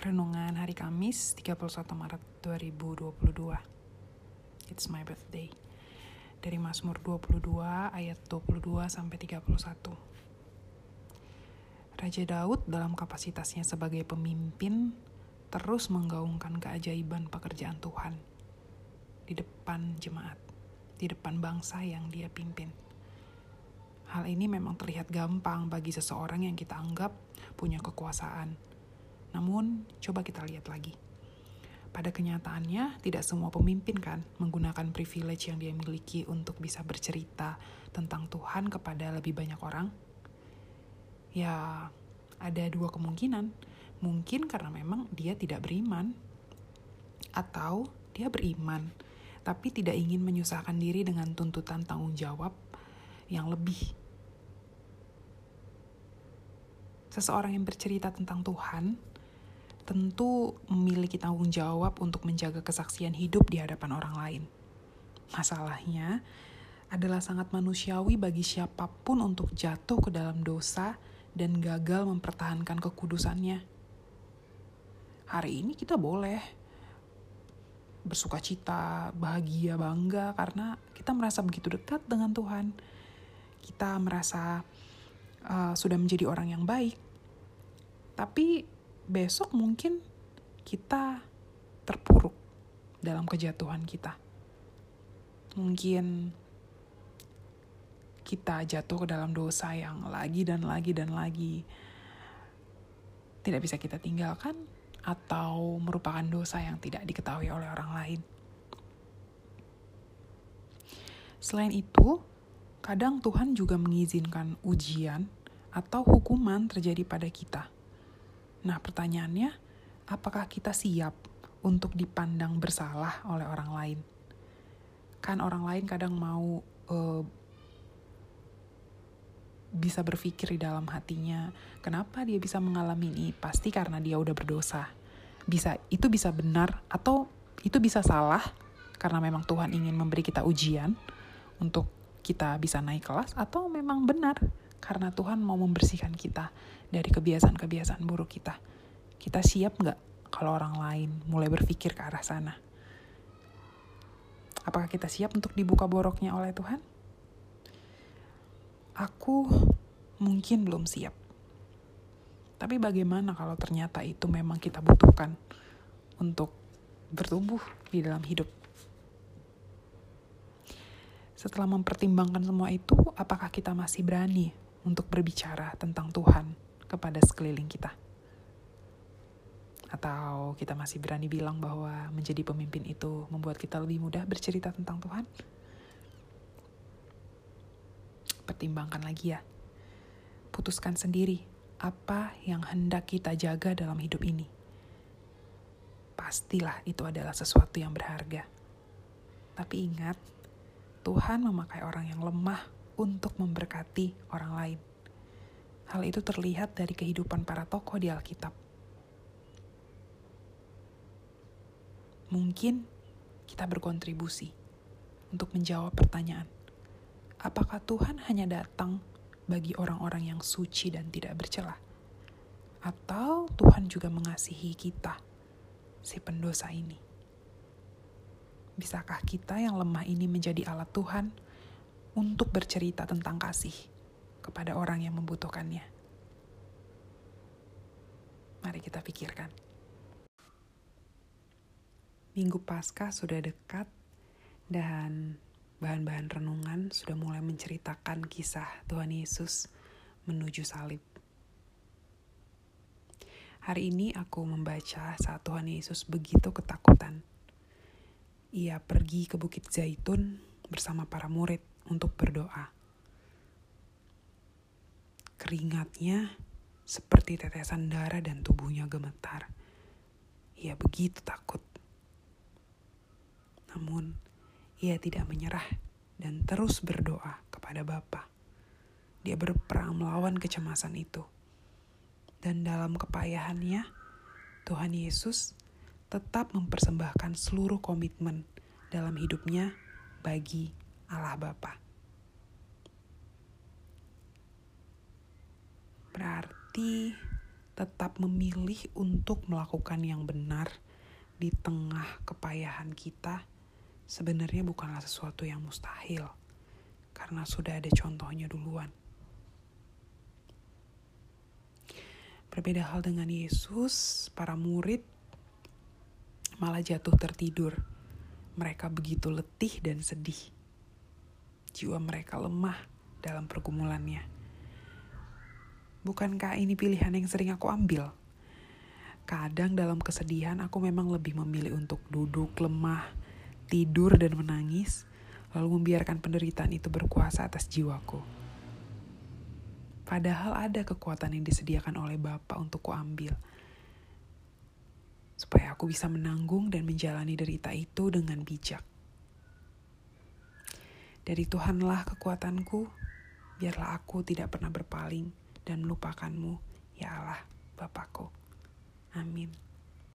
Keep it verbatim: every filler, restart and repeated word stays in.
Renungan hari Kamis tiga puluh satu Maret dua ribu dua puluh dua. It's my birthday. Dari Mazmur dua puluh dua ayat dua puluh dua sampai tiga puluh satu. Raja Daud dalam kapasitasnya sebagai pemimpin terus menggaungkan keajaiban pekerjaan Tuhan di depan jemaat, di depan bangsa yang dia pimpin. Hal ini memang terlihat gampang bagi seseorang yang kita anggap punya kekuasaan. Namun, coba kita lihat lagi. Pada kenyataannya, tidak semua pemimpin kan menggunakan privilege yang dia miliki untuk bisa bercerita tentang Tuhan kepada lebih banyak orang. Ya, ada dua kemungkinan. Mungkin karena memang dia tidak beriman. Atau dia beriman, tapi tidak ingin menyusahkan diri dengan tuntutan tanggung jawab yang lebih. Seseorang yang bercerita tentang Tuhan tentu memiliki tanggung jawab untuk menjaga kesaksian hidup di hadapan orang lain. Masalahnya adalah sangat manusiawi bagi siapapun untuk jatuh ke dalam dosa dan gagal mempertahankan kekudusannya. Hari ini kita boleh bersukacita, bahagia, bangga karena kita merasa begitu dekat dengan Tuhan. Kita merasa uh, sudah menjadi orang yang baik. Tapi besok mungkin kita terpuruk dalam kejatuhan kita. Mungkin kita jatuh ke dalam dosa yang lagi dan lagi dan lagi tidak bisa kita tinggalkan atau merupakan dosa yang tidak diketahui oleh orang lain. Selain itu, kadang Tuhan juga mengizinkan ujian atau hukuman terjadi pada kita. Nah, pertanyaannya, apakah kita siap untuk dipandang bersalah oleh orang lain? Kan orang lain kadang mau uh, bisa berpikir di dalam hatinya, kenapa dia bisa mengalami ini? Pasti karena dia udah berdosa. Bisa, itu bisa benar atau itu bisa salah karena memang Tuhan ingin memberi kita ujian untuk kita bisa naik kelas, atau memang benar karena Tuhan mau membersihkan kita dari kebiasaan-kebiasaan buruk kita. Kita siap gak kalau orang lain mulai berpikir ke arah sana? Apakah kita siap untuk dibuka boroknya oleh Tuhan? Aku mungkin belum siap. Tapi bagaimana kalau ternyata itu memang kita butuhkan untuk bertumbuh di dalam hidup? Setelah mempertimbangkan semua itu, apakah kita masih berani untuk berbicara tentang Tuhan kepada sekeliling kita? Atau kita masih berani bilang bahwa menjadi pemimpin itu membuat kita lebih mudah bercerita tentang Tuhan? Pertimbangkan lagi ya. Putuskan sendiri apa yang hendak kita jaga dalam hidup ini. Pastilah itu adalah sesuatu yang berharga. Tapi ingat, Tuhan memakai orang yang lemah untuk memberkati orang lain. Hal itu terlihat dari kehidupan para tokoh di Alkitab. Mungkin kita berkontribusi untuk menjawab pertanyaan, apakah Tuhan hanya datang bagi orang-orang yang suci dan tidak bercela? Atau Tuhan juga mengasihi kita, si pendosa ini? Bisakah kita yang lemah ini menjadi alat Tuhan untuk bercerita tentang kasih kepada orang yang membutuhkannya? Mari kita pikirkan. Minggu Paskah sudah dekat dan bahan-bahan renungan sudah mulai menceritakan kisah Tuhan Yesus menuju salib. Hari ini aku membaca saat Tuhan Yesus begitu ketakutan. Ia pergi ke Bukit Zaitun bersama para murid untuk berdoa. Keringatnya seperti tetesan darah dan tubuhnya gemetar. Ia begitu takut. Namun, ia tidak menyerah dan terus berdoa kepada Bapa. Dia berperang melawan kecemasan itu. Dan dalam kepayahannya, Tuhan Yesus tetap mempersembahkan seluruh komitmen dalam hidupnya bagi Allah Bapa. Berarti tetap memilih untuk melakukan yang benar di tengah kepayahan kita sebenarnya bukanlah sesuatu yang mustahil, karena sudah ada contohnya duluan. Berbeda hal dengan Yesus, para murid malah jatuh tertidur. Mereka begitu letih dan sedih. Jiwa mereka lemah dalam pergumulannya. Bukankah ini pilihan yang sering aku ambil? Kadang dalam kesedihan aku memang lebih memilih untuk duduk lemah, tidur dan menangis, lalu membiarkan penderitaan itu berkuasa atas jiwaku. Padahal ada kekuatan yang disediakan oleh Bapa untuk kuambil, supaya aku bisa menanggung dan menjalani derita itu dengan bijak. Dari Tuhanlah kekuatanku, biarlah aku tidak pernah berpaling dan melupakanmu, ya Allah, Bapakku. Amin.